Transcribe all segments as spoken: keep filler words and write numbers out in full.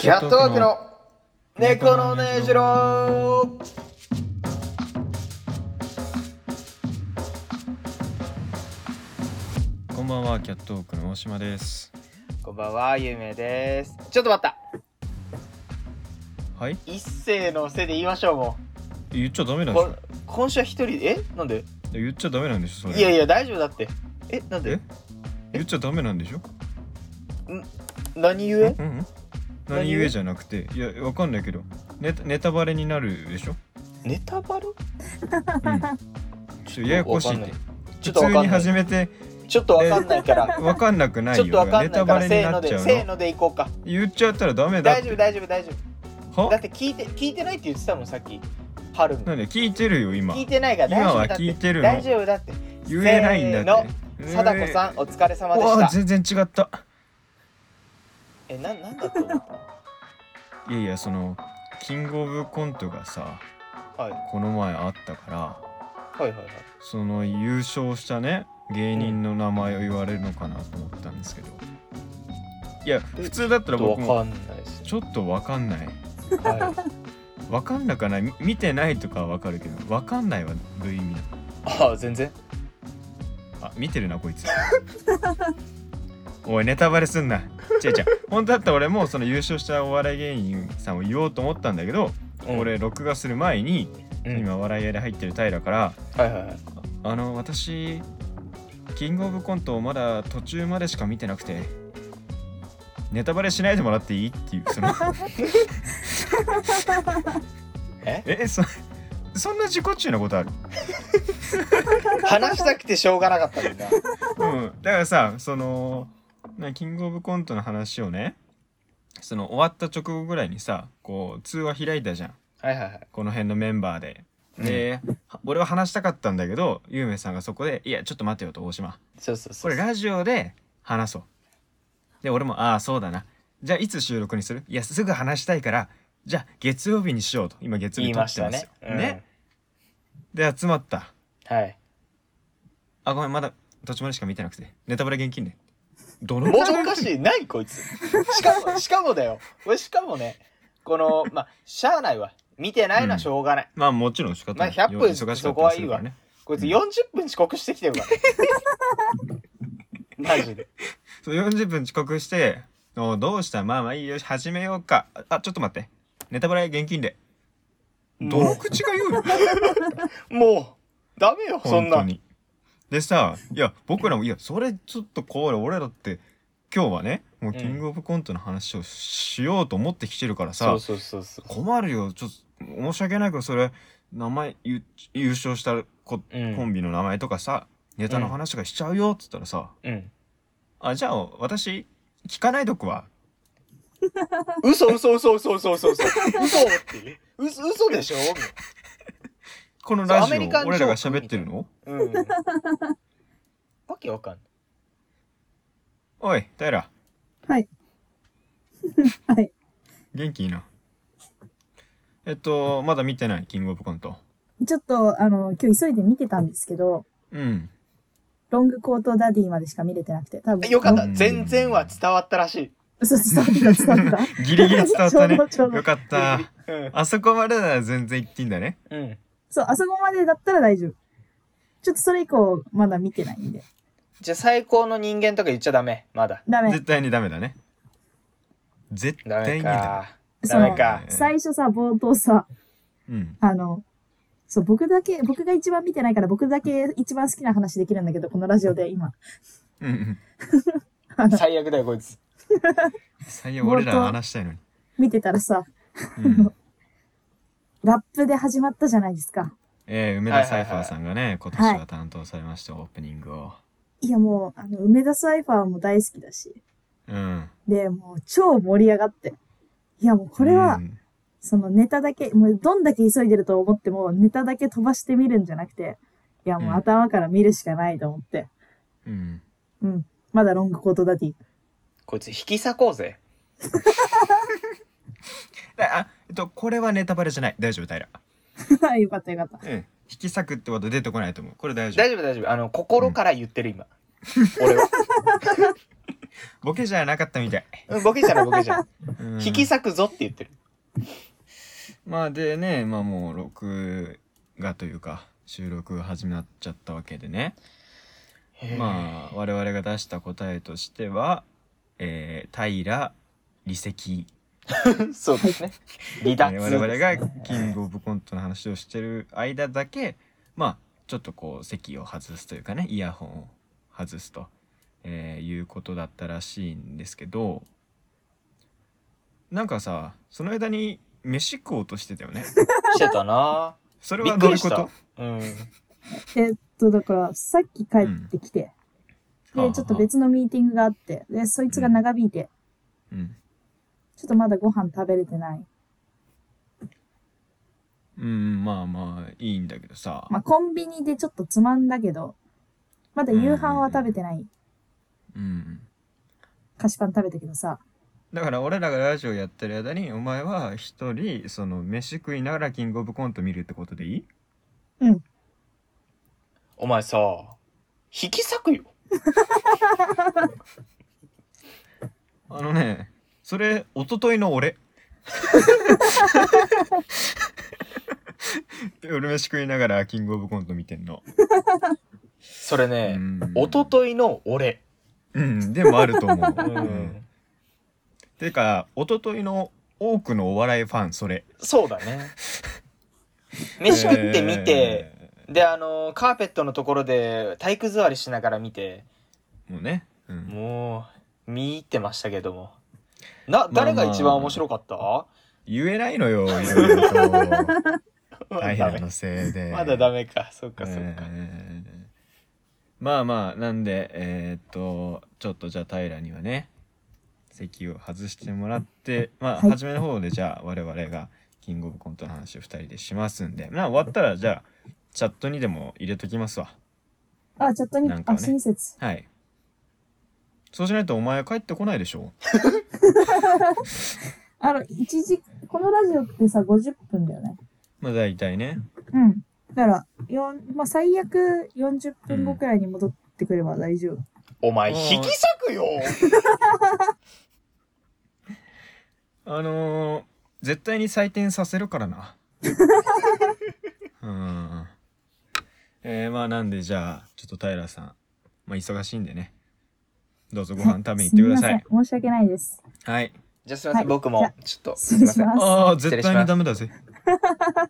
キャットワークの猫のねじろ。 こんばんは、キャットワークの大島です。 こんばんは、ゆめです。ちょっと待った。 はい。 一斉のせで言いましょう。もう言っちゃダメなんでしょ。 今週は一人えなんで言っちゃダメなんでしょそれ。 いやいや大丈夫だって。えなんでえ言っちゃダメなんでしょ。 ん何故？うんうん、何故じゃなくて、いやわかんないけどネタネタバレになるでしょ。 ネタバレ？うん、 ちょっとややこしいって。 ちょっと普通に始めてちょっとわかんないからわかんなくないよ。 ちょっとわかんないからネタバレになっちゃうの。 せーのでいこうか。 言っちゃったらダメだって。 大丈夫大丈夫大丈夫。 はだって聞いて聞いてないって言ってたもんさっき。春なんで聞いてるよ今。 聞いてないから大丈夫だって。 今は聞いてるの。 大丈夫だって。 言えないんだって。 貞子さんお疲れ様でした。 全然違った。 えななんだと思った？ いやいやそのキングオブコントがさ、 はい、 この前あったから、 はいはいはい、 その優勝したね芸人の名前を言われるのかなと思ったんですけど、いや普通だったら僕もちょっとわかんない。はい、わかんなかない。見てないとかはわかるけど、わかんないはどういう意味なの？ ああ全然。 あ見てるなこいつ。おいネタバレすんな。違う違う。本当だったら俺もその優勝したお笑い芸人さんを言おうと思ったんだけど、うん、俺録画する前に、うん、今笑い屋で入ってる平から、 はいはいはい、 あの私キングオブコントまだ途中までしか見てなくてネタバレしないでもらっていいっていうそのええそそんな自己中なことある？ 話したくてしょうがなかったんだ。 うん、だからさそのキングオブコントの話をね、その終わった直後ぐらいにさこう通話開いたじゃん、 はいはいはい、 この辺のメンバーで。で、うん、俺は話したかったんだけどゆうめいさんがそこで「いやちょっと待てよ」と大島、 そうそうそう、 これラジオで話そう。で俺も「ああそうだな、じゃあいつ収録にする？いやすぐ話したいからじゃあ月曜日にしよう」と。今月曜日撮ってますよ。 言いましたね。 ね、うん、で集まった。 はい。 あごめんまだ途中までしか見てなくてネタバレ厳禁で。どのもちおかしい。何こいつ。しかもしかもだよ。しかもねこのまあしゃあないわ。見てないのはしょうがない。 うん、まあもちろん仕方ない。 まあひゃっぷん忙しかったりするからね。そこはいいわ。こいつよんじゅっぷん遅刻してきてるから。マジで。 そうよんじゅっぷん遅刻して「おどうした？まあまあいいよ始めようか。あちょっと待ってネタバレ厳禁で」。どの口が言うの？ もうダメよそんな。 本当に。でさいや僕らもいやそれちょっとこれ俺らって今日はねもうキングオブコントの話をしようと思ってきてるからさ、 うん、そうそうそうそう困るよ。ちょっと申し訳ないけどそれ名前優勝したコ、うん、コンビの名前とかさネタの話とかしちゃうよっつったらさ、うん、あじゃあ私聞かないどくわ。 嘘嘘嘘嘘嘘嘘嘘嘘って嘘嘘でしょ。 このラジオ俺らが喋ってるの？うん。 わけわかんない。 おい平。 はいはい。 元気いいな。えっとまだ見てないキングオブコント。 ちょっとあの今日急いで見てたんですけど、うん。ロングコートダディまでしか見れてなくて、多分よかった。全然は伝わったらしい。 嘘伝わった伝わった。 ギリギリ伝わったね。よかった。うん、あそこまでなら全然言っていいんだね。 うん。そうあそこまでだったら大丈夫。ちょっとそれ以降まだ見てないんで。 じゃあ最高の人間とか言っちゃダメ。まだ。 ダメ。 絶対にダメだね。絶対にダメ。ダメか。 最初さ冒頭さ、うん、あのそう僕だけ僕が一番見てないから僕だけ一番好きな話できるんだけどこのラジオで今。うんうん。最悪だよこいつ。 最悪俺ら話したいのに。 見てたらさ、うん、ラップで始まったじゃないですか。 えー、梅田サイファーさんがね、はいはいはい、今年は担当されました、はい、オープニングを。 いやもうあの梅田サイファーも大好きだし、うん、でもう超盛り上がって、いやもうこれは、うん、そのネタだけもうどんだけ急いでると思ってもネタだけ飛ばしてみるんじゃなくて、いやもう頭から見るしかないと思って、うん、うん、まだロングコートダディ。 こいつ引き裂こうぜ。 あ、えっとこれはネタバレじゃない。大丈夫平。 よかったよかった。 うん。引き裂くってワード出てこないと思う。これ大丈夫。 大丈夫大丈夫。あの心から言ってる、うん、今。俺は。 ボケじゃなかったみたい。 うんボケじゃないボケじゃない。 うん、 引き裂くぞって言ってる。 まあでね、まあもう録画というか収録が始まっちゃったわけでね。まあ我々が出した答えとしては、えー、平離席。 そうですね。離脱、 えー、我々がキングオブコントの話をしてる間だけ、まあちょっとこう席を外すというかね、イヤホンを外すと、えー、いうことだったらしいんですけど、なんかさ、その間に飯食おうとしてたよね。 してたな。 それはどういうこと？ うん。 えっと、だから、さっき帰ってきて、うん、で、ちょっと別のミーティングがあって、で、そいつが長引いて、うん、ちょっとまだご飯食べれてない。 うん、まあまあ、いいんだけどさ。 まあ、コンビニでちょっとつまんだけど、まだ夕飯は食べてない。うん。うん、菓子パン食べたけどさ。 だから俺らがラジオやってる間にお前は一人その飯食いながらキングオブコント見るってことでいい？ うん。 お前さ、引き裂くよ。 あのね、それ一昨日の俺。俺飯食いながらキングオブコント見てんの。 それね、一昨日の俺。 うん、でもあると思う。うん。てか一昨日の多くのお笑いファンそれ。 そうだね。飯食って見て、えー、であのカーペットのところで体育座りしながら見て、 もうね、 うん、もう見入ってましたけども、な誰が一番面白かった？まあまあ、 言えないのよ、いろいろと。平のせいで。 まだダメか、そっかそっか。 えー、まあまあなんでえー、っとちょっとじゃあ平にはね席を外してもらって、まあ、はい、初めの方でじゃあ我々がキングオブコントの話をふたりでしますんで、まあ終わったらじゃあチャットにでも入れときますわ。 あ、チャットに、なんかね、あ、親切。 はい。そうしないとお前帰ってこないでしょ。 あの、一時、このラジオってさ、ごじゅっぷんだよね。 まあ大体ね。 うん。だから、よん、まあ最悪よんじゅっぷんごくらいに戻ってくれば大丈夫。うん、 お前、引き裂くよ。 あのー、絶対に採点させるからな。うん。えー、まあなんでじゃあちょっと平さん、まあ忙しいんでね、どうぞご飯食べに行ってください。 すみません、申し訳ないです。 はい。 じゃあすみません、はい、僕もちょっとすみません。 ああ、絶対にダメだぜ。はい、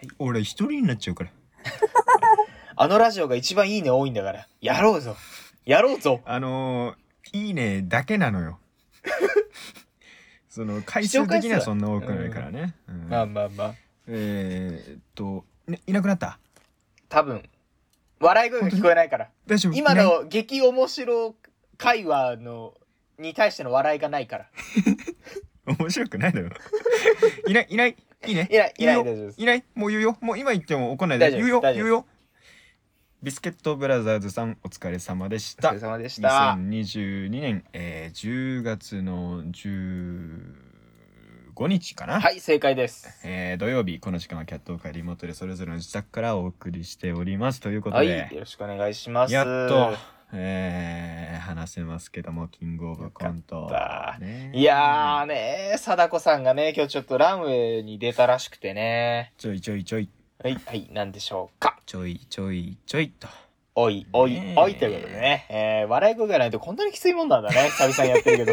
俺一人になっちゃうから。 あのラジオが一番いいね多いんだから、やろうぞ。やろうぞ。 あのー、いいねだけなのよ。その回数的にはそんな多くないからね。 うんうん、まあまあまあ。 えー、っと、ね、いなくなった？ 多分笑い声が聞こえないから。 大丈夫？ 今の激面白会話のに対しての笑いがないから。 面白くないのよ。いないいないいいね。 いないいない大丈夫です。 いないもう言うよ。もう今言っても怒んないで。言うよ言うよ。ビスケットブラザーズさんお疲れ様でした。 お疲れ様でした。 にせんにじゅうにねん、えー、じゅうがつのじゅうごにちかな。 はい正解です。 えー、土曜日この時間はキャットオーカーリモートでそれぞれの自宅からお送りしておりますということで、 はい、よろしくお願いします。 やっと、えー、話せますけどもキングオブコント、 ね、いやーね貞子さんがね今日ちょっとランウェイに出たらしくてね。 ちょいちょいちょいはいはいなんでしょうか。 ちょいちょいちょいとおいおいおいということでね、えー、笑い声がないとこんなにきついもんなんだね。久々にやってるけど。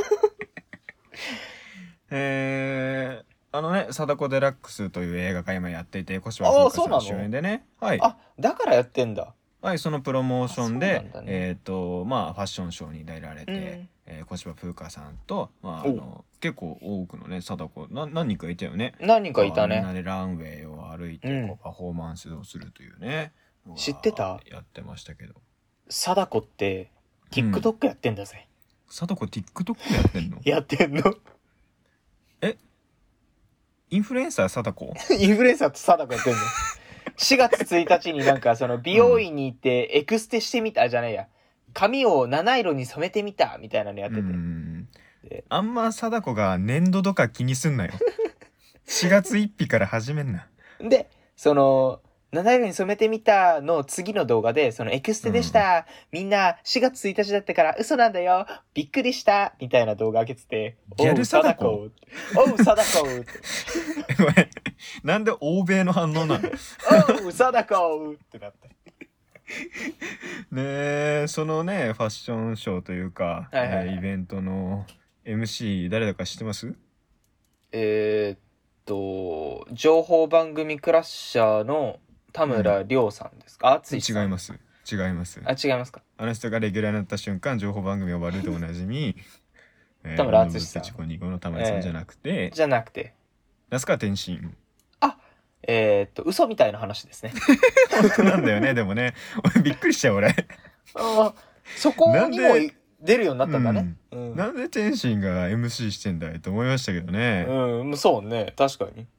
えー、あのね貞子デラックスという映画が今やっていて小芝風花さん主演でね。はい。 あだからやってんだ。 はい、そのプロモーションで、ね、えっ、ー、とまあファッションショーに出られて、うんえー、小芝風花さんと、まあ、あの結構多くのね貞子な何人かいたよね。 何人かいたね。 みんなでランウェイを歩いてこう、うん、パフォーマンスをするというね。 知ってた？ やってましたけど。 貞子って TikTok やってんだぜ。 うん、貞子 TikTok やってんの？ やってんの。 え？インフルエンサー貞子？ インフルエンサーと貞子やってんの。しがつついたちになんかその美容院に行ってエクステしてみた、うん、じゃないや髪を七色に染めてみたみたいなのやってて、うんであんま貞子が年度とか気にすんなよ。しがつついたちから始めんな。 でその七色に染めてみたの次の動画で、そのエクステでした。うん、みんなしがつついたちだったから嘘なんだよ。びっくりした。みたいな動画上げてて。 ギャル貞子おう、貞子って。 なんで欧米の反応なのおう、貞子ってなって。 ねえ、そのね、ファッションショーというか、 はいはいはい、 イベントの エムシー 誰だか知ってます？ えー、っと、情報番組クラッシャーの田村亮さんですか？あついさん。 違います。違います。 あ、違いますか？ あの人がレギュラーになった瞬間、情報番組終わるでおなじみ、 田村淳さん。 チコニコの田村さんじゃなくて、えー、じゃなくて。 那須川天心。 あ、えー、っと、嘘みたいな話ですね。 本当なんだよね、でもね。俺びっくりしちゃう、俺。 あ、そこにも出るようになったんだね。 うん、なんで天心が エムシー してんだいと思いましたけどね。 うん、そうね、確かに。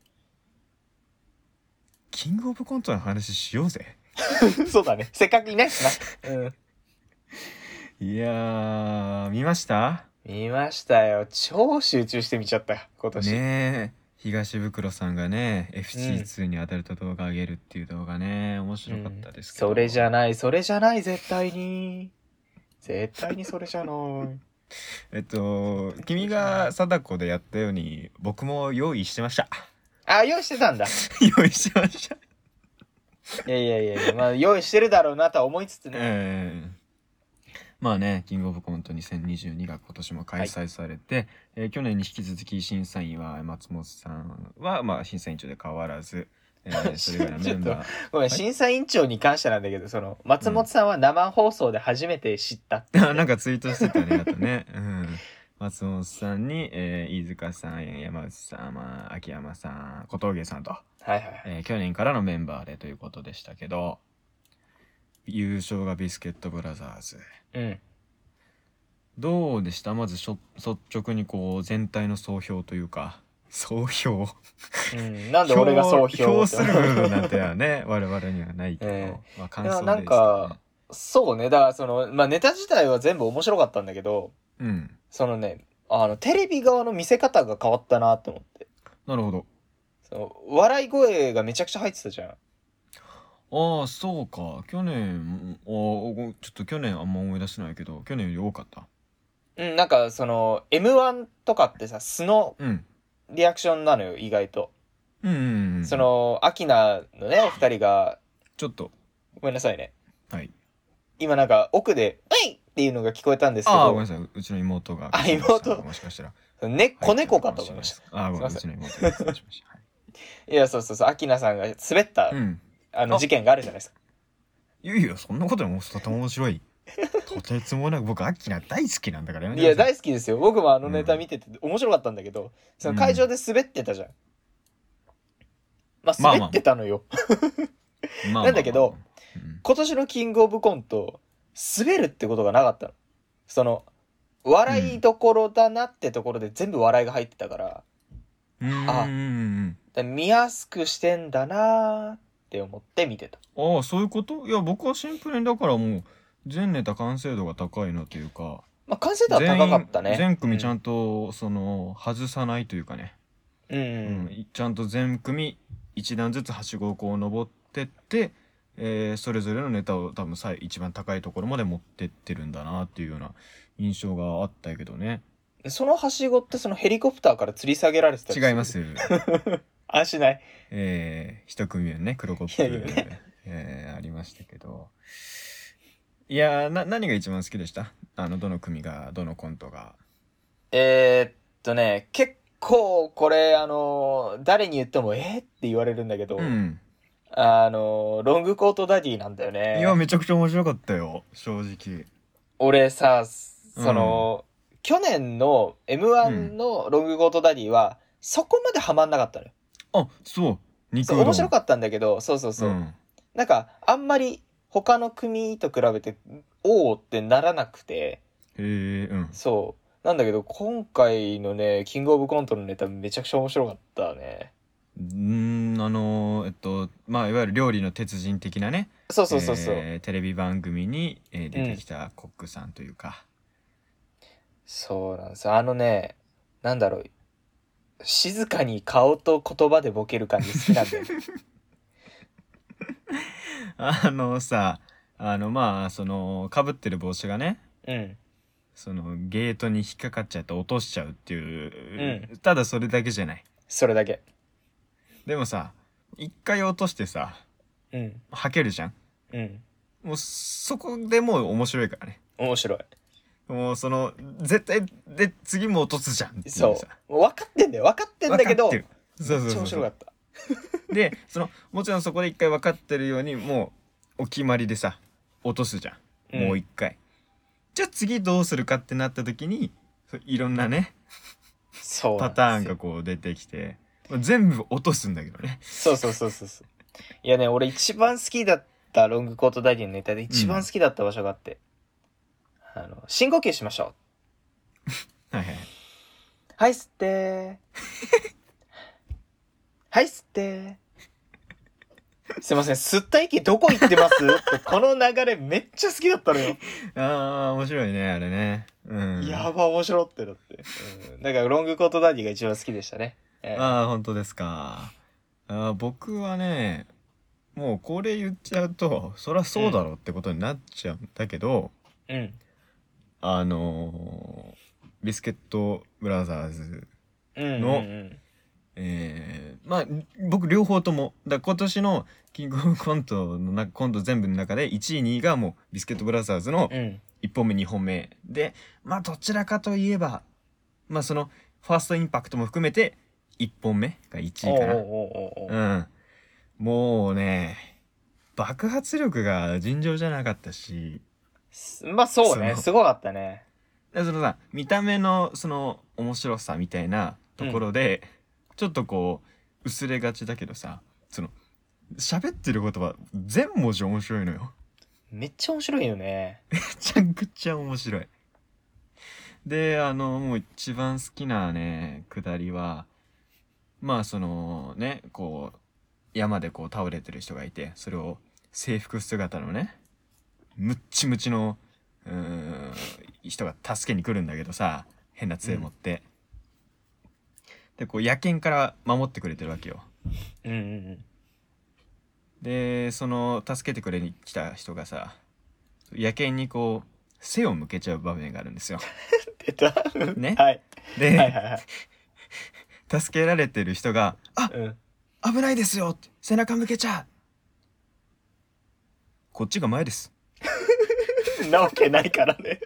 キングオブコントの話しようぜ。 そうだね。せっかくいないしな。うん。 いやー、見ました？ 見ましたよ。超集中して見ちゃったよ、今年。 ねえ、東袋さんがね、エフシーツー に当たると動画上げるっていう動画ね、面白かったですけど、 うん。それじゃない、それじゃない、絶対に。絶対にそれじゃない。 えっと、君が貞子でやったように、僕も用意してました。 あ、用意してたんだ。 用意してました。 いやいやいやいや、まあ用意してるだろうなとは思いつつね。 えー、まあね、キングオブコントにせんにじゅうにが今年も開催されて、はい、えー、去年に引き続き審査員は松本さんは、まあ審査員長で変わらず、えー、それ以外のメンバー。 ごめん、はい、審査委員長に関してなんだけど、その、松本さんは生放送で初めて知ったって、 うん、なんかツイートしてたね、あとね。うん、松本さんに、えー、飯塚さん、山内さん、まあ、秋山さん、小峠さんと、 はいはい、 えー、去年からのメンバーでということでしたけど、優勝がビスケットブラザーズ。 うん。 どうでした？まずしょ率直にこう全体の総評というか、総評。 うん、なんで俺が総評評する部分なんてはね、我々にはないけど、えー、まあ感想です、ね、 なんかそうね、だからそのまあネタ自体は全部面白かったんだけど、 うん、 そのね、あのテレビ側の見せ方が変わったなと思って。 なるほど。 その笑い声がめちゃくちゃ入ってたじゃん。 ああ、そうか。去年、あちょっと去年あんま思い出せないけど、去年より多かった。 うん、なんかその エムワン とかってさ、素のリアクションなのよ、意外と。 うんうんうん。 そのアキナのね、お二人がちょっとごめんなさいね。 はい。 今なんか奥で「ウェイ!」っていうのが聞こえたんですけど。 ああ、ごめんなさい。うちの妹が。 あ、妹。 もしかしたら。 ね、子猫かと思いました。 ああ、ごめんなさい。うちの妹が失礼しました。 いや、そうそうそう、アキナさんが滑った、うん、あの事件があるじゃないですか。 いやいや、そんなこともとても面白い。とてつもなく僕アキナ大好きなんだからね。 いや大好きですよ。僕もあのネタ見てて面白かったんだけど、うん、その会場で滑ってたじゃん。うん、まあ滑ってたのよ。なんだけど、うん、今年のキングオブコント滑るってことがなかったの。その笑いどころだなってところで全部笑いが入ってたから、 うん、あ、 だ見やすくしてんだなって思って見てた。 ああ、そういうこと？いや、僕はシンプルにだからもう全ネタ完成度が高いなというか、 まあ完成度は高かったね。 全組ちゃんと、うん、その外さないというかね、 うん、うんうん、ちゃんと全組一段ずつはしごをこう登ってって、えー、それぞれのネタを多分さ一番高いところまで持ってってるんだなっていうような印象があったけどね。 そのはしごってそのヘリコプターから吊り下げられてたりする？ 違います。 あ、しない。 えー、一組はね、黒コップ、えー、ありましたけど。いやー、な、何が一番好きでした？あの、どの組が、どのコントが。 えー、っとね、結構、これ、あの、誰に言っても、えー、って言われるんだけど、うん、あの、ロングコートダディなんだよね。 いや、めちゃくちゃ面白かったよ、正直。 俺さ、その、うん、去年の エムワン のロングコートダディは、そこまでハマんなかったのよ。 あ、そう。 肉うどん。面白かったんだけど、そうそうそう。うん、なんか、あんまり他の組と比べて、おーってならなくて。 へえ、うん。 そう。なんだけど、今回のね、キングオブコントのネタめちゃくちゃ面白かったね。 うーん、あのー、えっと、まあ、いわゆる料理の鉄人的なね。 そうそうそうそう。 えー、テレビ番組に、えー、出てきたコックさんというか、 うん。そうなんです。あのね、なんだろう。静かに顔と言葉でボケる感じ好きなんだよね。 あのさあのまあそのかぶってる帽子がね、 うん、 そのゲートに引っかかっちゃって落としちゃうっていう、 うん、 ただそれだけじゃない。 それだけ。 でもさ一回落としてさ、 うん、 履けるじゃん。 うん、 もうそこでもう面白いからね。 面白い。 もうその絶対で次も落とすじゃんっていうさ。 そう分かってんだよ分かってんだけど、そうそうそうそう、めっちゃ面白かった。 でそのもちろんそこで一回分かってるようにもうお決まりでさ落とすじゃん、うん、もう一回。じゃあ次どうするかってなった時にいろんなねそうパターンがこう出てきて全部落とすんだけどね。 そうそうそうそうそう。いやね俺一番好きだったロングコートダディのネタで一番好きだった場所があって、うん、あの深呼吸しましょうはいはいはい吸ってはい吸ってすいません吸った息どこ行ってますってこの流れめっちゃ好きだったのよ。 ああ面白いねあれね、うん、 やば面白ってだって、うん、だからロングコートダディが一番好きでしたね、 えー、ああ本当ですか。あ僕はねもうこれ言っちゃうとそりゃそうだろうってことになっちゃうんだけど、 うん、 あのー、ビスケットブラザーズの、うんうんうんえー、まあ僕両方ともだ今年のキングオブコントのなコント全部の中でいちいにいがもうビスケットブラザーズのいっぽんめにほんめで、まあどちらかといえばまあそのファーストインパクトも含めていっぽんめがいちいかな。うんもうね爆発力が尋常じゃなかったし、 まあそうねすごかったね。 そのさ見た目のその面白さみたいなところで、うんちょっとこう薄れがちだけどさその喋ってる言葉全文字面白いのよ。 めっちゃ面白いよね。 めちゃくちゃ面白い。であのもう一番好きなねくだりはまあそのねこう山でこう倒れてる人がいてそれを制服姿のねムッチムチのうーん人が助けに来るんだけどさ変な杖持って、うんでこう野犬から守ってくれてるわけよ。 うんうんうん、 でその助けてくれに来た人がさ野犬にこう背を向けちゃう場面があるんですよ。 出たね。 はい、 で、 はいはいはい、 助けられてる人が「あ、うん、危ないですよ」って背中向けちゃう。こっちが前です。 なわけないからね。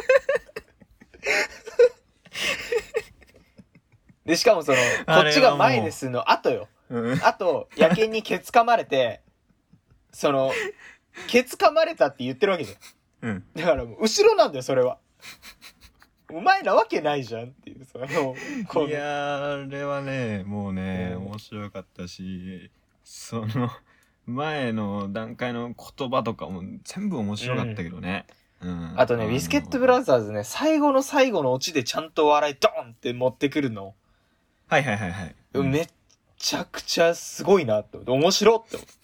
でしかもそのこっちが前ですの後よ、うん、あと野犬にケツ噛まれてそのケツ噛まれたって言ってるわけじゃん、うん、だからもう後ろなんだよそれは。お前なわけないじゃんっていうそのこのいやあれはねもうね、うん、面白かったしその前の段階の言葉とかも全部面白かったけどね、 うんうん、あとねビスケットブラザーズね最後の最後のオチでちゃんと笑いドーンって持ってくるのはいはいはいはい、 うん、めっちゃくちゃすごいなって思って面白って思って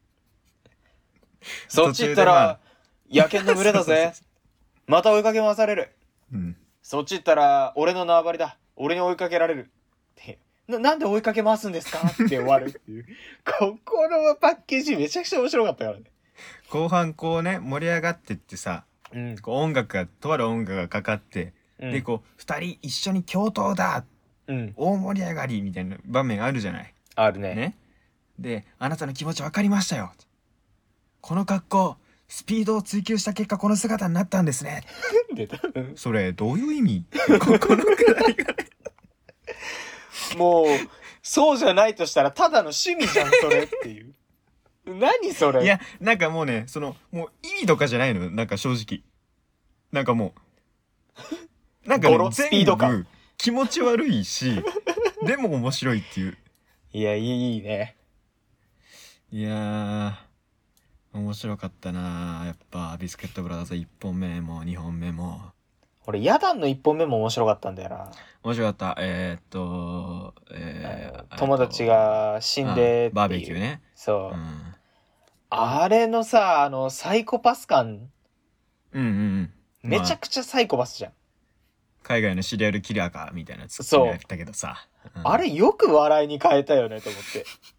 そっち行ったら野犬の群れだぜまた追いかけ回される、うん、そっち行ったら俺の縄張りだ俺に追いかけられるってな、なんで追いかけ回すんですかって終わるっていうここのパッケージめちゃくちゃ面白かったからね。 後半こうね盛り上がってってさ、うん、こう音楽がとある音楽がかかって、うん、でこう二人一緒に共闘だうん、大盛り上がりみたいな場面あるじゃない。 あるね。 ねであなたの気持ち分かりましたよ。この格好スピードを追求した結果この姿になったんですね。出たそれどういう意味ここのくらいがねもうそうじゃないとしたらただの趣味じゃんそれっていう何それ。 いやなんかもうねそのもう意味とかじゃないのなんか正直なんかもうなんか、ね、 スピード感気持ち悪いしでも面白いっていう。 いやいいね。 いやー面白かったなやっぱビスケットブラザーズいっぽんめもにほんめも。 俺ヤダンのいっぽんめも面白かったんだよな。 面白かった。えー、っと、えー、友達が死んでバーベキューね。 そう、うん、あれのさあのサイコパス感うんうん、 めちゃくちゃサイコパスじゃん、まあ海外のシリアルキラーかみたいなやつやったけどさ、 うん、あれよく笑いに変えたよねと思って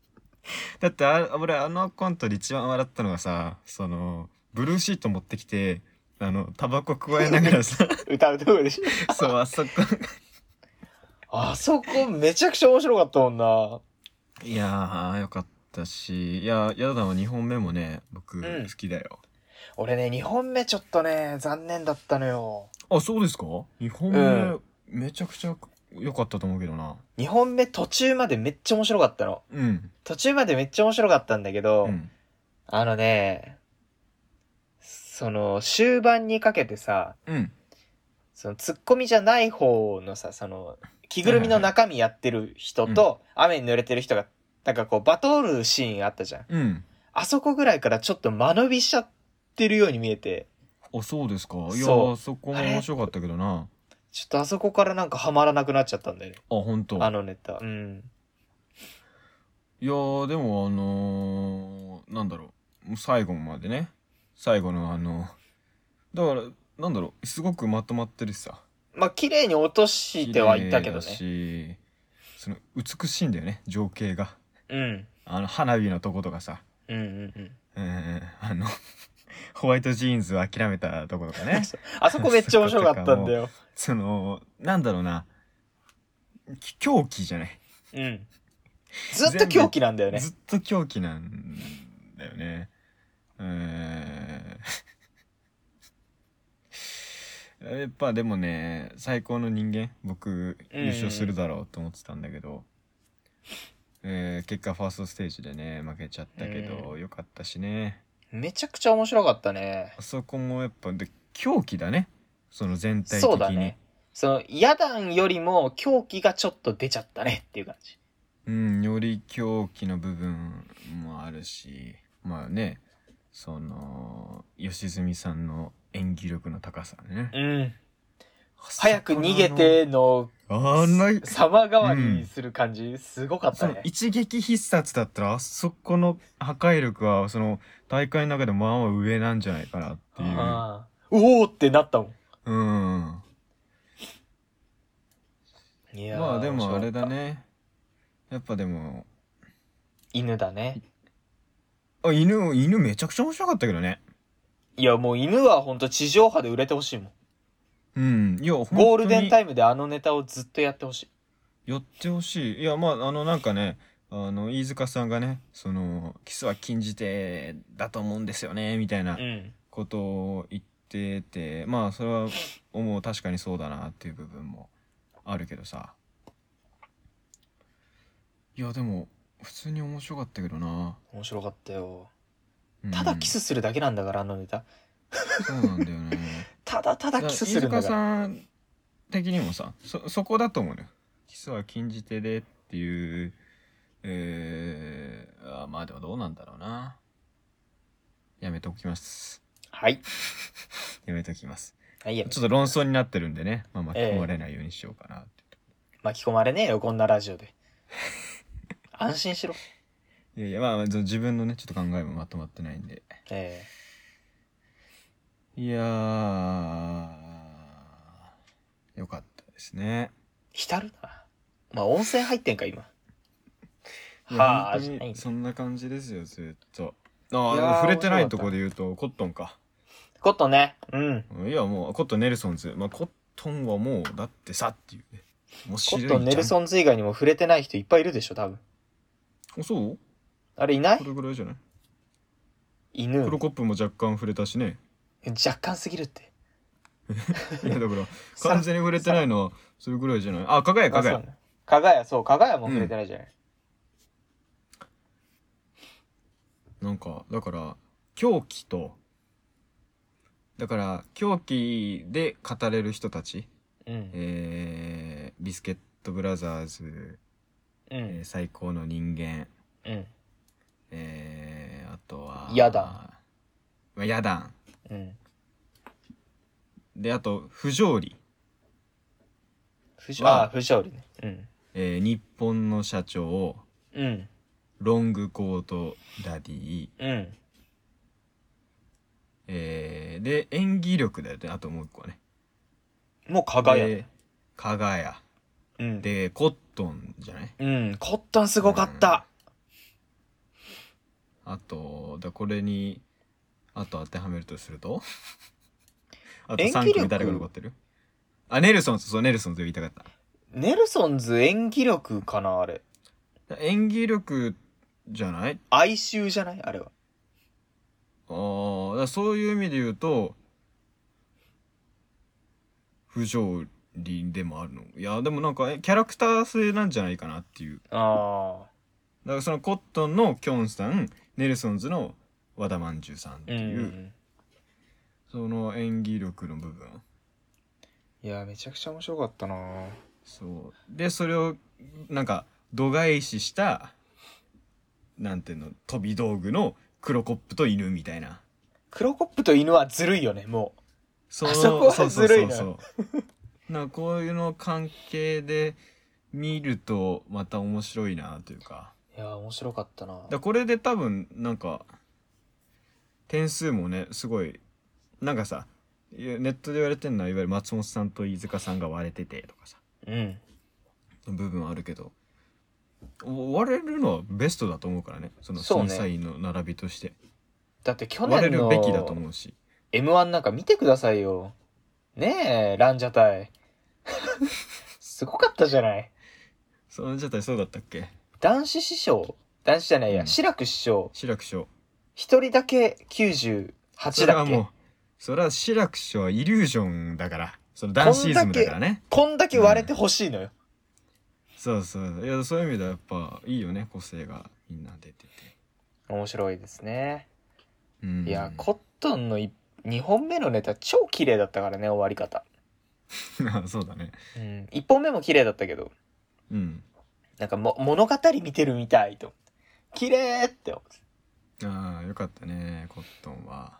だってあ俺あのコントで一番笑ったのがさ、そのブルーシート持ってきてあのタバコ加えながらさ歌うとこでしょ。 そうあそこあそこめちゃくちゃ面白かったもんな。 いやーよかったし、いややだわにほんめもね僕好きだよ、 うん、俺ねにほんめちょっとね残念だったのよ。 あ、そうですか。にほんめ、うん、めちゃくちゃ良かったと思うけどな。 にほんめ途中までめっちゃ面白かったの。 うん。 途中までめっちゃ面白かったんだけど、うん、あのね、その終盤にかけてさ、うん、そのツッコミじゃない方のさ、その着ぐるみの中身やってる人と雨に濡れてる人がなんかこうバトルシーンあったじゃん。うん。あそこぐらいからちょっと間延びしちゃってるように見えて。 あ、そうですか。いや、あそこも面白かったけどな。 ちょっとあそこからなんかハマらなくなっちゃったんだよね。 あ、本当。 あのネタ。うん。 いやー、でもあのー、なんだろう。最後までね。最後のあの、だから、なんだろう。すごくまとまってるしさ。 まあ、綺麗に落としてはいったけどね。 し、その、美しいんだよね。情景が。 うん。 あの、花火のとことかさ。 うんうんうん。 うん、あの、ホワイトジーンズを諦めたところとかね。 あそこめっちゃ面白かったんだよ。 その、なんだろうな。狂気じゃない。 うん。ずっと狂気なんだよね。 ずっと狂気なんだよね。うーん。やっぱでもね、最高の人間、僕、優勝するだろうと思ってたんだけど、えー、結果ファーストステージでね、負けちゃったけど、うん、よかったしね。 めちゃくちゃ面白かったね。 あそこもやっぱで狂気だね。その全体的に。 そうだね。そのヤダンよりも狂気がちょっと出ちゃったねっていう感じ。 うん、より狂気の部分もあるし、まあね、その吉住さんの演技力の高さね。 うん。早く逃げてのあんな様変わりする感じ、うん、すごかったね。その一撃必殺だったらあそこの破壊力はその大会の中でまあまあ上なんじゃないかなっていう。 あおおってなったもん。 うん。いやまあでもあれだね。やっぱでも犬だね。 あ犬犬めちゃくちゃ面白かったけどね。 いやもう犬はほんと地上波で売れてほしいもん。 うん、いやゴールデンタイムであのネタをずっとやってほしい。やってほしい。いやまああのなんかね、あの飯塚さんがね、そのキスは禁じ手だと思うんですよねみたいなことを言ってて、うん、まあそれは思う確かにそうだなっていう部分もあるけどさ。いやでも普通に面白かったけどな。 面白かったよ。うん、ただキスするだけなんだからあのネタ。 そうなんだよね。 ただただキスするんだから。 飯塚さん的にもさ、そそこだと思うのよ。キスは禁じ手でっていう、えー、あまあでもどうなんだろうな。やめときます。 はい。 やめときます。 はい、 ちょっと論争になってるんでね、まあ、巻き込まれないようにしようかなって、えー、巻き込まれねえよこんなラジオで。安心しろ。 いやいやまあ自分のねちょっと考えもまとまってないんで。 えー、いやーよかったですね。 浸るな。まあ温泉入ってんか今。 はあ、そんな感じですよずっと。ああ触れてないとこで言うとコットンか。 コットンね。うん。 いやもうコットンネルソンズ。まあコットンはもうだってさっていうね。 もしコットンネルソンズ以外にも触れてない人いっぱいいるでしょ多分。 あそうあれいない？ これぐらいじゃない？ 犬。 プロコップも若干触れたしね。 若干すぎるって。 いやだから完全に触れてないのはそれぐらいじゃない？あ、かがやかがや。 かがやそうかがやも触れてないじゃない。 うん、なんかだから狂気とだから狂気で語れる人たち、うん、えー、ビスケットブラザーズ、うんえー、最高の人間、うんえー、あとはヤダンヤダン、うん、であと不条理不条あ不条理ね、うんえー、日本の社長、うん、ロングコートダディ、うんえー、で演技力だよね。あともう一個はねもうかがやかがや、うん、でコットンじゃない？ うんコットンすごかった、 あとだこれにあと当てはめるとするとあとさん組誰が残ってる？あ、ネルソンズ、そうネルソンズ言いたかった。 ネルソンズ演技力かなあれ。 演技力じゃない？ 哀愁じゃないあれは。 ああ、だそういう意味で言うと不条理でもあるの。いやでもなんかキャラクター性なんじゃないかなっていう。 ああ。 だからそのコットンのキョンさん、ネルソンズの和田まんじゅうさんっていう、うん、その演技力の部分。 いやめちゃくちゃ面白かったな。 そうでそれをなんか度外視したなんていうの飛び道具のクロコップと犬みたいな。 クロコップと犬はずるいよねもう。 そうあそこはずるいな。そうそうそうなんかこういうの関係で見るとまた面白いなというか。 いや面白かったな。 だこれで多分なんか点数もねすごいなんかさネットで言われてるのはいわゆる松本さんと飯塚さんが割れててとかさ、 うん、 部分はあるけど割れるのはベストだと思うからねその審査員の並びとして、ね、 だって去年の割れるべきだと思うしエムワン なんか見てくださいよねえランジャタイすごかったじゃない。 そのランジャタイそうだったっけ。 男子師匠男子じゃないや、うん、志らく師匠志らく師匠一人だけきゅうじゅうはちだっけ。それはもうそれは志らく師匠はイリュージョンだからそのダンシーズムだからね。 こんだけ割れてほしいのよ、うん、 そうそういやそういう意味ではやっぱいいよね個性がみんな出てて面白いですね、 うん、 いやコットンのにほんめのネタ超綺麗だったからね終わり方そうだね、 うん、いっぽんめも綺麗だったけど、 うん、 なんかも物語見てるみたいと綺麗って思って。 ああよかったねコットンは。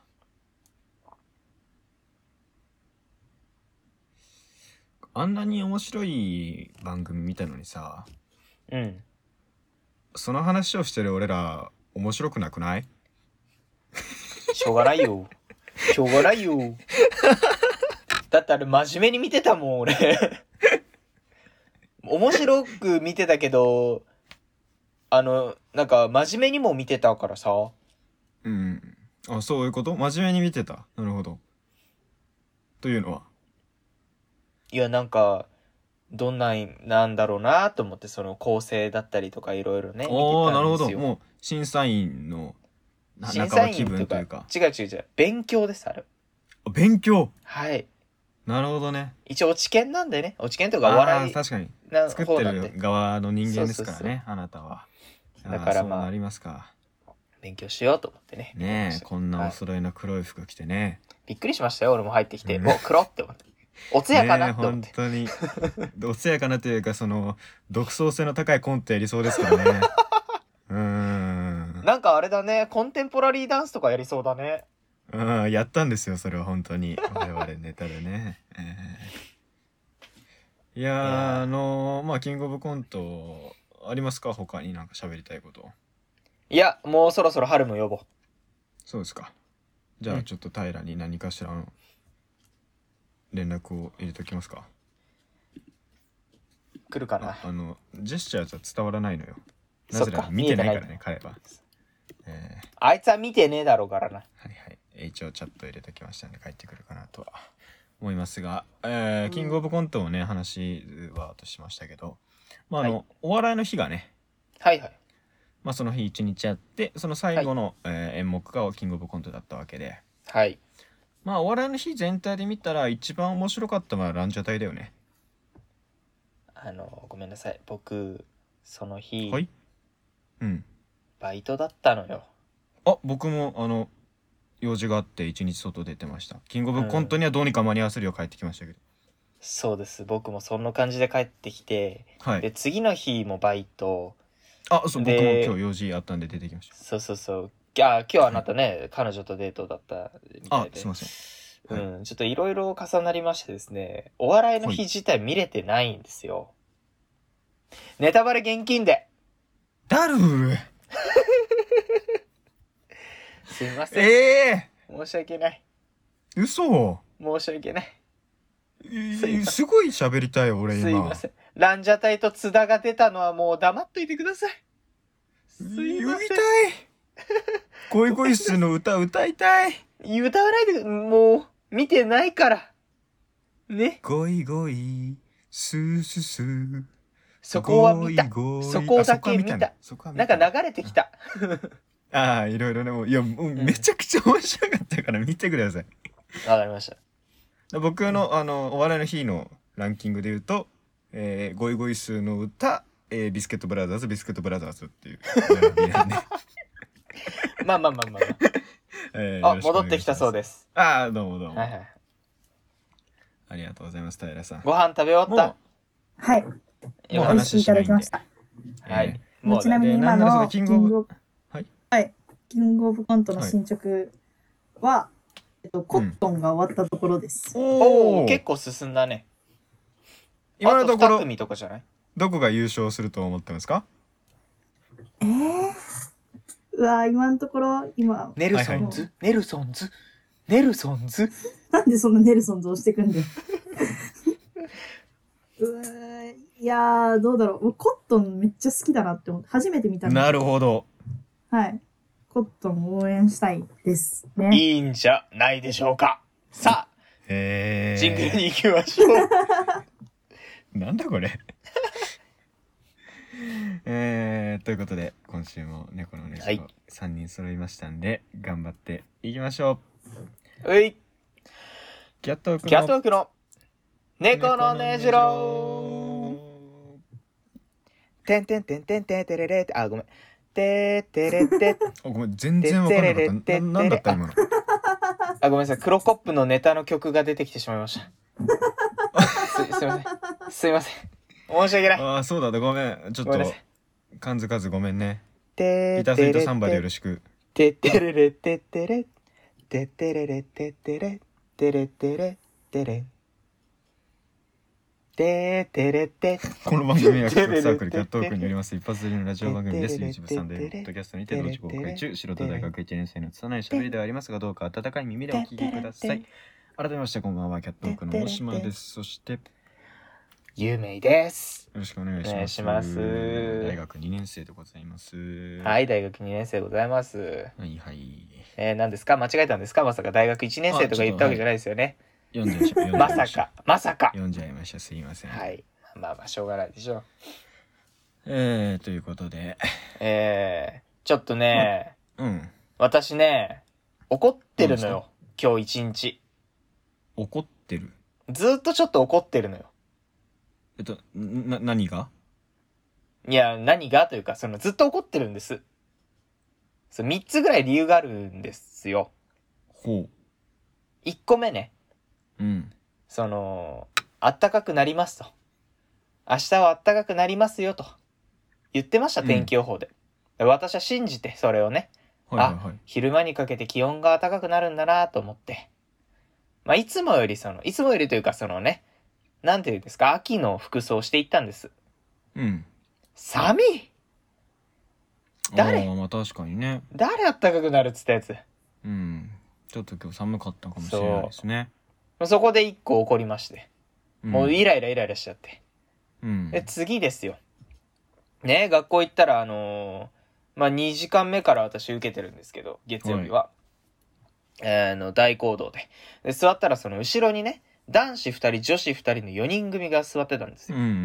あんなに面白い番組見たのにさ、 うん、 その話をしてる俺ら面白くなくない？ しょうがないよしょうがないよだってあれ真面目に見てたもん俺面白く見てたけどあのなんか真面目にも見てたからさ。 うんあそういうこと真面目に見てた。なるほど。というのはいやなんかどんなんなんだろうなと思ってその構成だったりとかいろいろね見てたんですよ。 ああなるほど。もう審査員の審査員とか違う違う違う勉強ですあれ。 勉強。 はいなるほどね。 一応落研なんでね落研とか笑い確かに作ってる側の人間ですからね。そうそうそうあなたはだからまあそうなりますか。 勉強しようと思ってね。 ねえこんなお揃いの黒い服着てね、はい、 びっくりしましたよ俺も入ってきて、うん、お黒って思っておつやかなって思って、 ね、本当におつやかなというかその独創性の高いコントやりそうですからねうーんなんかあれだねコンテンポラリーダンスとかやりそうだね。 うんやったんですよそれは本当に我々ネタでね、えー、いやーあのー、まあキングオブコントありますか他になんか喋りたいこと。 いやもうそろそろ春も呼ぼう。 そうですか。じゃあちょっと平に何かしらの連絡を入れときますか。 来るかな。 あ, あのジェスチャーじゃ伝わらないのよ。なぜなら見てないからね彼は、 えー、あいつは見てねえだろうからな。 はいはい一応チャット入れときましたんで帰ってくるかなとは思いますが、えー、キングオブコントをね話はとしましたけどまああの、はい、お笑いの日がねはいはいまあその日一日あってその最後の、はいえー、演目がキングオブコントだったわけではいまあお笑いの日全体で見たら一番面白かったのはランジャタイだよね。 あのごめんなさい僕その日はいうんバイトだったのよ。 あ僕もあの用事があって一日外出てました。キングオブコントにはどうにか間に合わせるよう帰ってきましたけど、うん、 そうです僕もそんな感じで帰ってきて、 はい、 で次の日もバイトあそう僕も今日用事あったんで出てきました。 そうそうそうあ今日あなたね、はい、彼女とデートだったみたいであすいません、 はい、うんちょっといろいろ重なりましてですねお笑いの日自体見れてないんですよ、はい、ネタバレ厳禁でだるーすいませんええー、申し訳ない嘘申し訳ない、 えー、すごい喋りたい俺今すいませんランジャタイと津田が出たのはもう黙っといてください。すいません言いたい恋恋数の歌歌いたい。 歌わないで、もう、見てないから。ね。 恋恋、スーススー。 そこは見た。そこだけ見た。なんか流れてきた。 ああ、いろいろね。いや、もうめちゃくちゃ面白かったから見てください。 わかりました。 僕の、あの、お笑いの日のランキングで言うと、えー、ゴイゴイスーの歌、えー、ビスケットブラザーズ、ビスケットブラザーズっていう並びなんで。 まあまあまあまあ、まあえー、あ、戻ってきたそうです。 ああ、どうもどうも。 はいはい。 ありがとうございます、平さん。 ご飯食べ終わった？ はい。もう美味しいいただきました。 はい。 もうちなみに今のキングオブ、はい。はい。キングオブコントの進捗は、はい、えっと、コットンが終わったところです。 うん、おお、結構進んだね。今のところ、組とかじゃない？ どこが優勝すると思ってますか？ えー、うわ今のところ、今。 ネルソンズ、はいはい、ネルソンズネルソンズなんでそんなネルソンズ押してくんだよ。うわいやー、どうだろう。コットンめっちゃ好きだなって思って、初めて見たんです。 なるほど。 はい。コットン応援したいですね。 いいんじゃないでしょうか。さあ、 へージングルに行きましょう。 なんだこれ。えー、ということで、今週も猫のねじろさんにん揃いましたんで、頑張っていきましょう。うい。 キャットウォークの。 キャットウォークの。猫のねじろてんてんてんてんてんてれれって、あ、ごめん。てーてれて。 あ、ごめん、全然わかんなかった。な、なんだった今の。 あ、ごめんなさい。黒コップのネタの曲が出てきてしまいました。す、すいません。すいません。申し訳ない。 ああ、そうだった。ごめん。ちょっと、カンズカズごめんね。 てービタスイートサンバでよろしく。 てってれれてってれ。てってれれてってれ。てれてれてれ。てーてれて。 この番組は企画サークルキャットウォークによります一発撮りのラジオ番組です。YouTube サンデーポッドキャストにて同時公開中。素人大学いちねん生の拙い喋りではありますが、どうか温かい耳でお聞きください。改めましてこんばんは、キャットウォークの大島です。そしてゆうめいです。 よろしくお願いします。お願いします。 大学にねん生でございます。 はい、大学にねん生でございます。 はいはい。 えー、何ですか？間違えたんですか？まさか大学いちねん生とか言ったわけじゃないですよね。 読んじゃいました。 まさか、まさか。 読んじゃいました。すいません。 はい。まあまあ、しょうがないでしょう。 えー、ということで。 えー、ちょっとね、 うん。 私ね、怒ってるのよ。今日一日。 怒ってる？ ずっとちょっと怒ってるのよ。 えっと、な、何が？ いや、何がというか、その、ずっと怒ってるんです。そう、三つぐらい理由があるんですよ。 ほう。 一個目ね。 うん。 その、あったかくなりますと。明日はあったかくなりますよと。言ってました、うん、天気予報で。私は信じて、それをね。はいはいはい、あ、昼間にかけて気温が高くなるんだなと思って。まあ、いつもよりその、いつもよりというかそのね、なんていうんですか、秋の服装をしていったんです。 うん。 寒い誰？ ああ、まあ確かにね。 誰あったかくなるっつったやつ。 うん。ちょっと今日寒かったかもしれないですね。 そ, そこで一個怒りまして。もうイライライライラしちゃって。 うん。 で、次ですよ。ね、学校行ったらあのー、まあ、にじかんめから私受けてるんですけど、月曜日は。はい、あの、大講堂で。で、座ったらその後ろにね、男子ふたり、女子ふたりのよにん組が座ってたんですよ。 うんうんうん、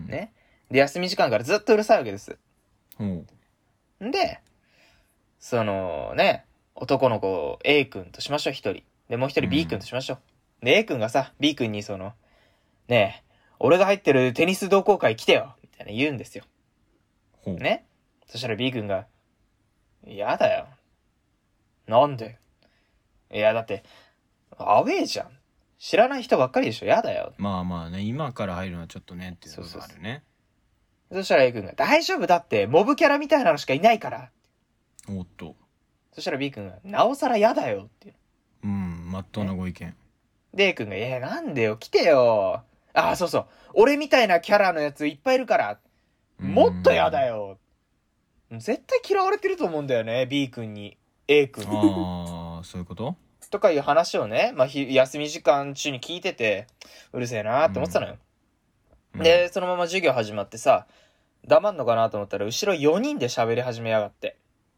ね。で、休み時間からずっとうるさいわけです。 うん。 で、そのね、男の子 A 君としましょう、一人。で、もう一人 B 君としましょう。うん、で、A 君がさ、B 君にその、ねえ、俺が入ってるテニス同好会来てよみたいな言うんですよ。ね。そしたら B 君が、やだよ。なんで？いや、だって、アウェーじゃん。知らない人ばっかりでしょ。やだよ。 まあまあね、今から入るのはちょっとねっていうのがあるね。 そうそうそう。そしたら A 君が、大丈夫だって、モブキャラみたいなのしかいないから。 おっと。 そしたら B 君が、なおさらやだよっていう。 うん、まっとうなご意見。 で A 君が、いや、なんでよ、来てよ。ああ、そうそう。俺みたいなキャラのやついっぱいいるから。もっとやだよ。絶対嫌われてると思うんだよね、B 君に A 君。 ああ、そういうこととかいう話をね、まあ、休み時間中に聞いてて、うるせえなーって思ってたのよ。うん、で、そのまま授業始まってさ、黙んのかなと思ったら、後ろよにんで喋り始めやがって。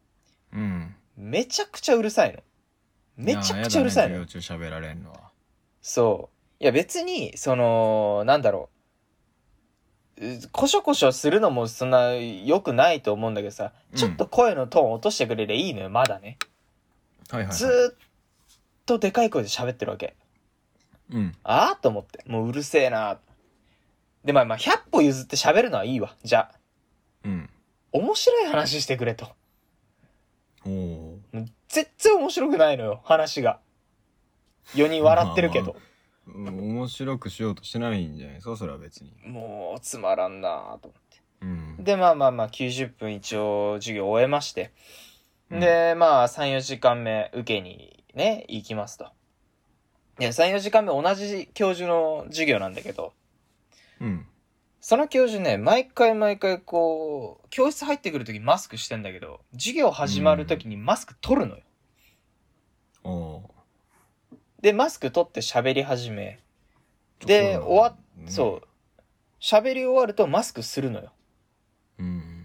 うん。 めちゃくちゃうるさいの。めちゃくちゃうるさいの。 いや、授業中喋られんのは。 そう。いや別に、その、なんだろう。こしょこしょするのもそんな良くないと思うんだけどさ、うん、ちょっと声のトーン落としてくれりゃいいのよ、まだね。 はいはいはい、 ずーっとでかい声で喋ってるわけ。 うん。 あーと思って。もううるせえなー。で、まあまあ、ひゃっぽ譲って喋るのはいいわ。じゃあ。 うん。 面白い話してくれと。 おー。 全然面白くないのよ、話が。よにん笑ってるけど。 まあまあ、面白くしようとしてないんじゃないですか、それは別に。 もう、つまらんなーと思って。 うん。 で、まあまあまあ、きゅうじゅっぷん一応授業終えまして。うん、で、まあ、さん、よじかんめ受けにね、行きますと。いや、さん、よじかんめ同じ教授の授業なんだけど。 うん。 その教授ね、毎回毎回こう、教室入ってくるときマスクしてんだけど、授業始まるときにマスク取るのよ。 うん、おー。 で、マスク取って喋り始め。で、終わっ、そう。喋り終わるとマスクするのよ。 うん。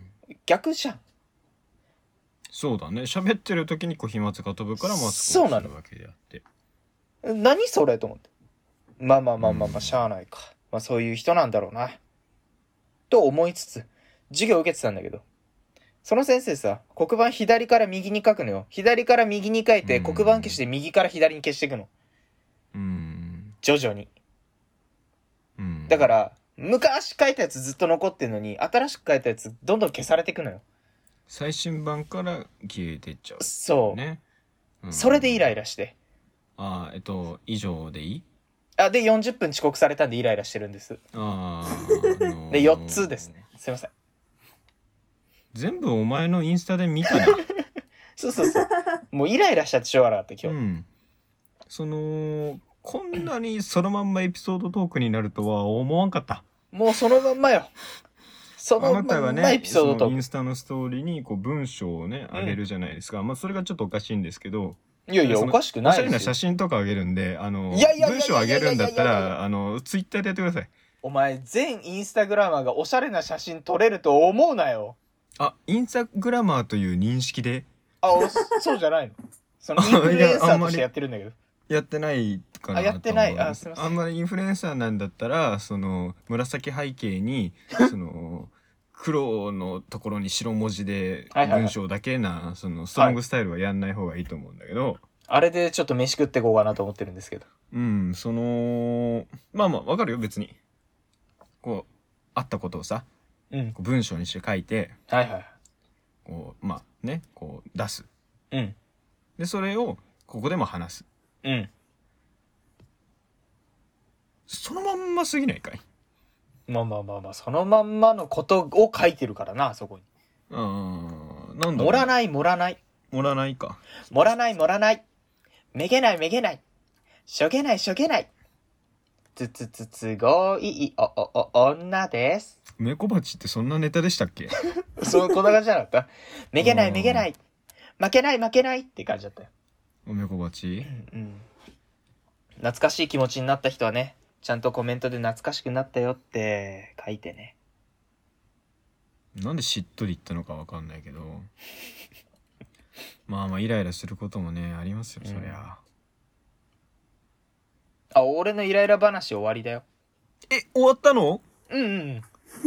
逆じゃん。 そうだね。喋ってる時にこう飛沫が飛ぶからマスクをするわけであって。 何それと思って。まあまあまあまあまあ、しゃあないか。まあそういう人なんだろうな。と思いつつ、授業受けてたんだけど、その先生さ、黒板左から右に書くのよ。左から右に書いて、黒板消して右から左に消していくの。 うん。 徐々に。 うん。 だから、昔書いたやつずっと残ってんのに、新しく書いたやつどんどん消されていくのよ。 最新版から消えてっちゃう、ね。 そう。 ね。 うん、それでイライラして。 ああ、えっと、以上でいい？ あ、で、よんじゅっぷん遅刻されたんでイライラしてるんです。 ああ、のー。 で、よっつですね。すいません。 全部お前のインスタで見たな。 そうそうそう。もうイライラしちゃってしょうがなかった今日。 うん。その、こんなにそのまんまエピソードトークになるとは思わんかった。 もうそのまんまよ。そのまんまエピソードトーク。 あなたはね、インスタのストーリーにこう文章をね、あげるじゃないですか。うん、まあそれがちょっとおかしいんですけど。 いやいや、おかしくないですよ。 おしゃれな写真とかあげるんで、あの、 いやいやいやいやいやいや文章あげるんだったら、あの、ツイッターでやってください。 お前、全インスタグラマーがおしゃれな写真撮れると思うなよ。 あ、インスタグラマーという認識で。 あ、そうじゃないの。そのインフルエンサーとしてやってるんだけど。 やってないかな。 あ、やってない。あ、すみません。 あんまりインフルエンサーなんだったら、その、紫背景に、その、黒のところに白文字で文章だけな、はいはいはい、そのストロングスタイルはやんない方がいいと思うんだけど、はい、 あれでちょっと飯食ってこうかなと思ってるんですけど。 うん、その、まあまあわかるよ別に。こう、あったことをさ、 うん、 こう文章にして書いて、 はいはい。 こう、まあね、こう出す。 うん。 で、それをここでも話す。 うん。 そのまんますぎないかい？ まあまあまあまあ、そのまんまのことを書いてるからな、そこに。 うん、なんだろう。 盛らない、盛らない。 盛らないか。 盛らない、盛らない。めげない、めげない。しょげない、しょげない。つつつつごい、お、お、お、女です。 梅小鉢ってそんなネタでしたっけ？ そう、こんな感じじゃなかった？めげない、めげない。負けない、負けないって感じだったよ。 梅小鉢？ うん、うん。懐かしい気持ちになった人はね、ちゃんとコメントで懐かしくなったよって書いてね。 なんでしっとり言ったのかわかんないけどまあまあイライラすることもねありますよ、うん、そりゃ。 あ、俺のイライラ話終わりだよ。 え、終わったの？ うんうん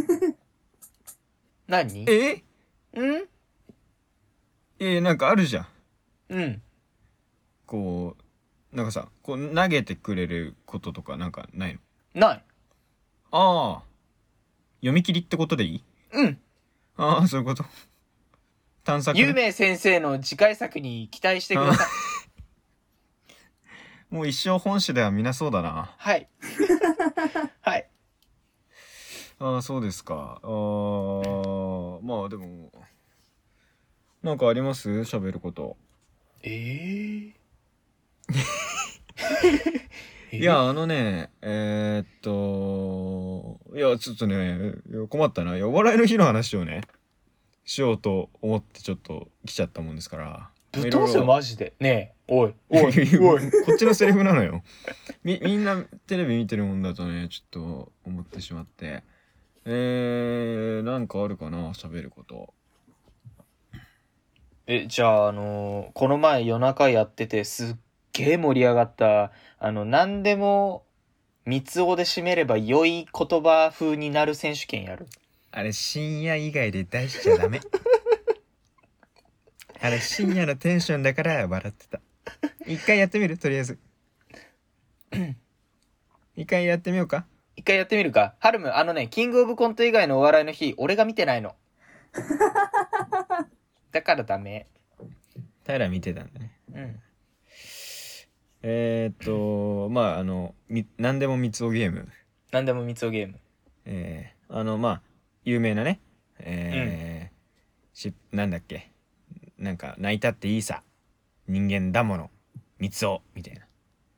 何？ え？ うんえ、なんかあるじゃん。 うんこうなんかさ、こう投げてくれることとかなんかないの？ ない。 ああ、読み切りってことでいい？ うん。 ああ、そういうこと。探索、ね。 有名先生の次回作に期待してください。 もう一生本誌では見なそうだな。 はい。はい。 ああ、そうですか。ああ、まあでもなんかあります？喋ること。 えーいや、あのね、えー、っと、いや、ちょっとね、困ったな。いや、お笑いの日の話をね、しようと思ってちょっと来ちゃったもんですから。 ぶっ飛ばすよ、マジで。ねえ、おい、おい、おい。 こっちのセリフなのよ。み、みんなテレビ見てるもんだとね、ちょっと思ってしまって。えー、なんかあるかな、喋ること。 え、じゃあ、あのーこの前夜中やっててすっげえ盛り上がった、あの、何でも、三つおで締めれば良い言葉風になる選手権やる。 あれ深夜以外で出しちゃダメ。あれ深夜のテンションだから笑ってた。一回やってみるとりあえず。一回やってみようか。 一回やってみるか。ハルム、あのね、キングオブコント以外のお笑いの日、俺が見てないの。だからダメ。 平見てたんだね。 うん。 えー、っとまああのみ何でも三つおゲーム。 何でも三つおゲーム。 えー、あのまあ有名なね。えーうん、しなんだっけ。なんか泣いたっていいさ。人間だもの。三つおみたいな。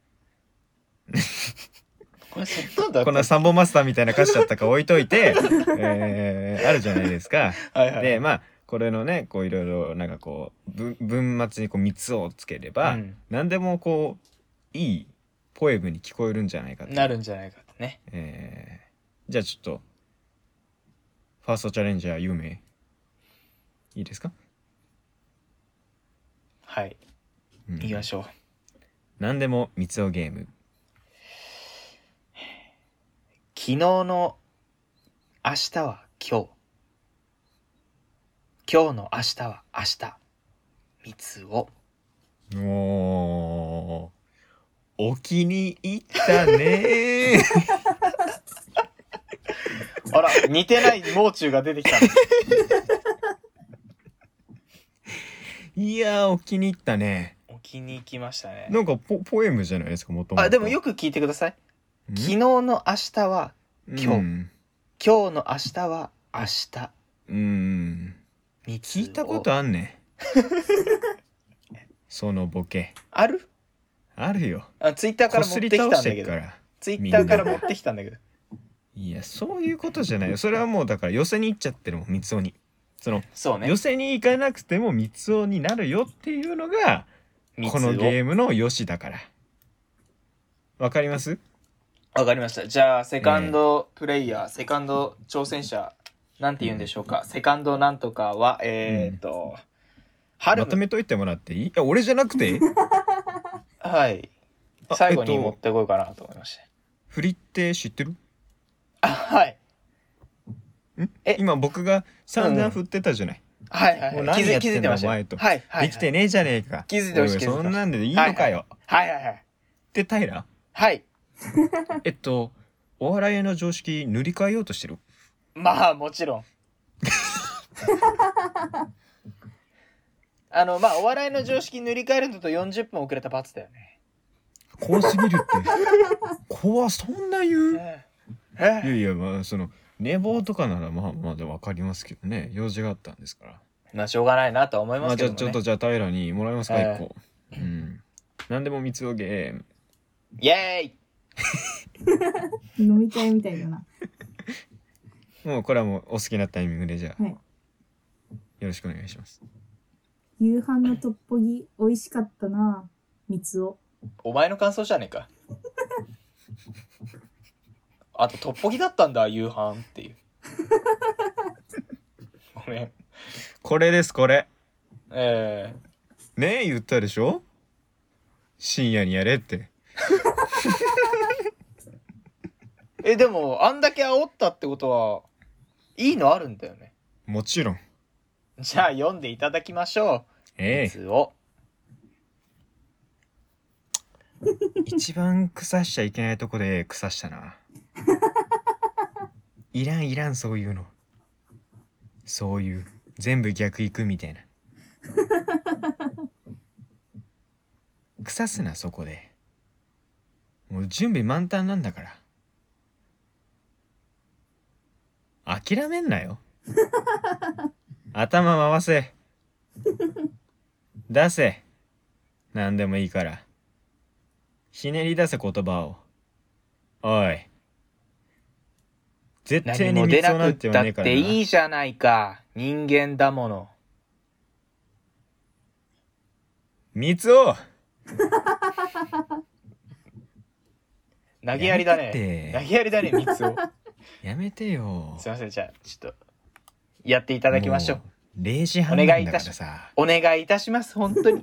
これそんなんだったこのサンボマスターみたいな歌詞だったか置いといて、えー、あるじゃないですか。 はいはい。 でまあこれのねこういろいろなんかこう文文末にこう三つをつければ、うん、何でもこういいポエムに聞こえるんじゃないかとなるんじゃないかとね。 えー、じゃあちょっとファーストチャレンジャー有名いいですか？ はい、うん、行きましょう。 何でも三つおゲーム。 昨日の明日は今日、今日の明日は明日、三つお。 おー、お気に入ったねあら、似てないもう中が出てきたいやー、お気に入ったね。 お気に入きましたね。 なんか ポ, ポエムじゃないですか、もともと。 あ、でもよく聞いてください。昨日の明日は今日、うん、今日の明日は明日。 うん。聞いたことあんねそのボケ。 ある？ あるよ。 あ、ツイッターから持ってきたんだけど。ツイッターから持ってきたんだけど。 いや、そういうことじゃないよ。それはもうだから寄せに行っちゃってるもん、三つおに。その、 そうね。 寄せに行かなくても三つおになるよっていうのが、このゲームの良しだから。わかります？ わかりました。じゃあ、セカンドプレイヤー、ね、セカンド挑戦者、なんて言うんでしょうか。うん、セカンドなんとかは、えー、っと、うん、 春まとめといてもらっていい？いや、俺じゃなくてはい。最後に持ってこようかなと思いまして。えっと、 振りって知ってる？ あ、はい。 んえ今僕が散々振ってたじゃない。 うん、はいはいはい。 もう何やってんだお前と。 はいはい。 できてねえじゃねえか。 気づいてほしい。 そんなんでいいのかよ。 はいはいはい。 で、平？ はい。 えっと、お笑いの常識塗り替えようとしてる？ まあもちろん。あのまあお笑いの常識塗り替えるのとよんじゅっぷん遅れた罰だよね。 怖すぎるって。怖そんな言う？ えー、 いやいやまあその寝坊とかならまあまだわかりますけどね。用事があったんですから。 まあしょうがないなとは思いますけどね。 まあじゃあちょっとじゃあ平にもらえますか、えー、一個。うん。何でも三つおゲーム。 イエーイ。 飲み会みたいだな。 もうこれはもうお好きなタイミングでじゃあ、 はい、 よろしくお願いします。 夕飯のトッポギ美味しかったな、三つお。 お前の感想じゃねえか。あとトッポギだったんだ夕飯っていう。ごめん。 これですこれ。 ええー、ねえ言ったでしょ。深夜にやれって。 えでもあんだけ煽ったってことはいいのあるんだよね。 もちろん。 じゃあ読んでいただきましょう。 ええ三つお。 一番腐しちゃいけないとこで腐したな。いらんいらんそういうの。そういう全部逆いくみたいな。腐すなそこで。もう準備満タンなんだから。諦めんなよ。頭回せ。出せ。何でもいいから。ひねり出せ言葉を。おい。絶対に三つおなんて言わねえからな。 何も出なくったっていいじゃないか。人間だもの。 三つお。 投げやりだね。投げやりだね三つお。 やめてよ。 すいません、じゃあちょっとやっていただきましょう。 れいじはんなんだからさ。 お願いいたします本当に。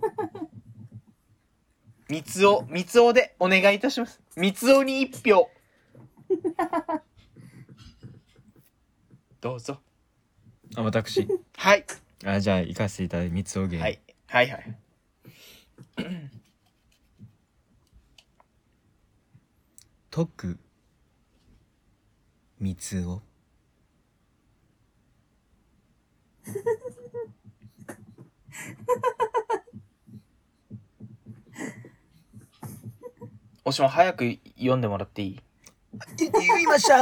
みつおみつおでお願いいたします。みつおに一票。どうぞ。 あ、私。 はい。 あ、じゃあ行かせていただいて、みつお芸。 はいはいはい。 徳みつお。 おしも早く読んでもらっていい？ 言いました。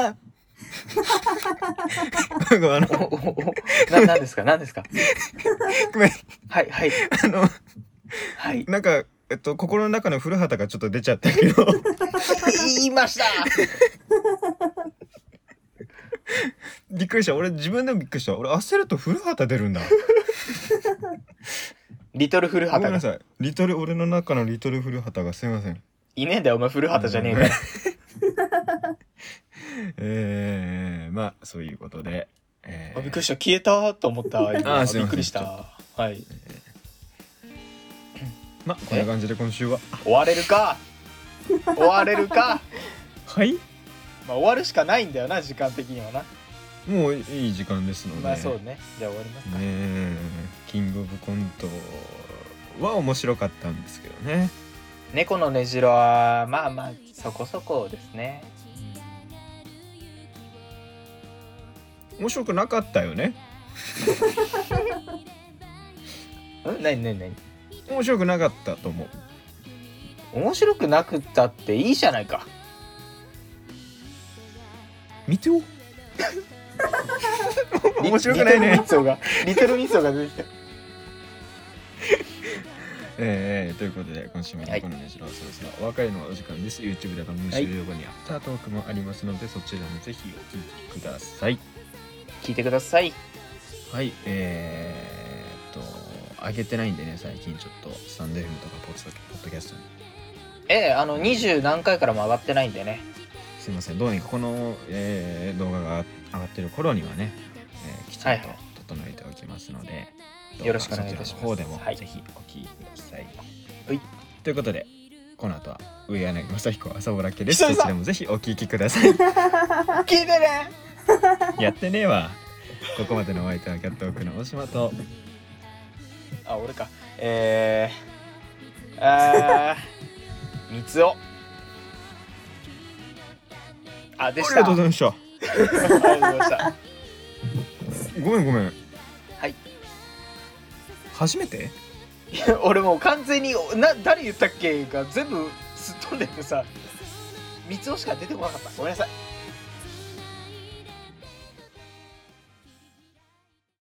ごめん、あのおおおな何ですか何ですか。 ごめん。 はいはい。 あのはい。 なんかえっと心の中の古畑がちょっと出ちゃったけど。 言いました。 びっくりした。俺自分でもびっくりした。俺焦ると古畑出るんだ。 リトル古畑。 ごめんなさい。リトル俺の中のリトル古畑がすいません。 いねえんだよお前古畑じゃねえから。 えー、まあそういうことで、えー、びっくりした消えたと思った。今あびっくりした。はい。 まあこんな感じで今週は終われるか。終われるか。 はい。 まあ終わるしかないんだよな時間的にはな。 もういい時間ですので。 まあそうね。じゃあ終わりますか。 ねキングオブコントは面白かったんですけどね。 猫のねじろはまあまあそこそこですね。 面白くなかったよね。 ん？なになになに？ 面白くなかったと思う。 面白くなくったっていいじゃないか。 見てよ。面白くないね。 リトルミツオがリトルミツオが出てきた。 えー、ということで今週もこのねじろはそろそろお別れのお時間です。 YouTube で番組終了後にアフタートークもありますので、そちらもぜひお聞きください。 聞いてください。 はい、えー、っと上げてないんでね、最近ちょっとスタンド エフエム とかポッドキャストにええー、あのにじゅう何回からも上がってないんでね。 すいません。どうにかこの、えー、動画が上がってる頃にはね、えー、きちんと整えておきますので、はいはい、 よろしくお願いいたします。 そちらの方でもぜひお聞きください。はい。ということで、この後は上柳正彦朝ぼらけです。そちらもぜひお聞きください。 聞いてね。 やってねえわ。ここまでのお相手はキャットオークの大島と、 あ、俺か。えー、あー、みつお。あ、でした。 ありがとうございました。 ありがとうございました。 ごめんごめん。 はい。 初めて？ いや俺もう完全にな誰言ったっけが全部すっ飛んでてさ、みつおしか出てこなかった。ごめんなさい。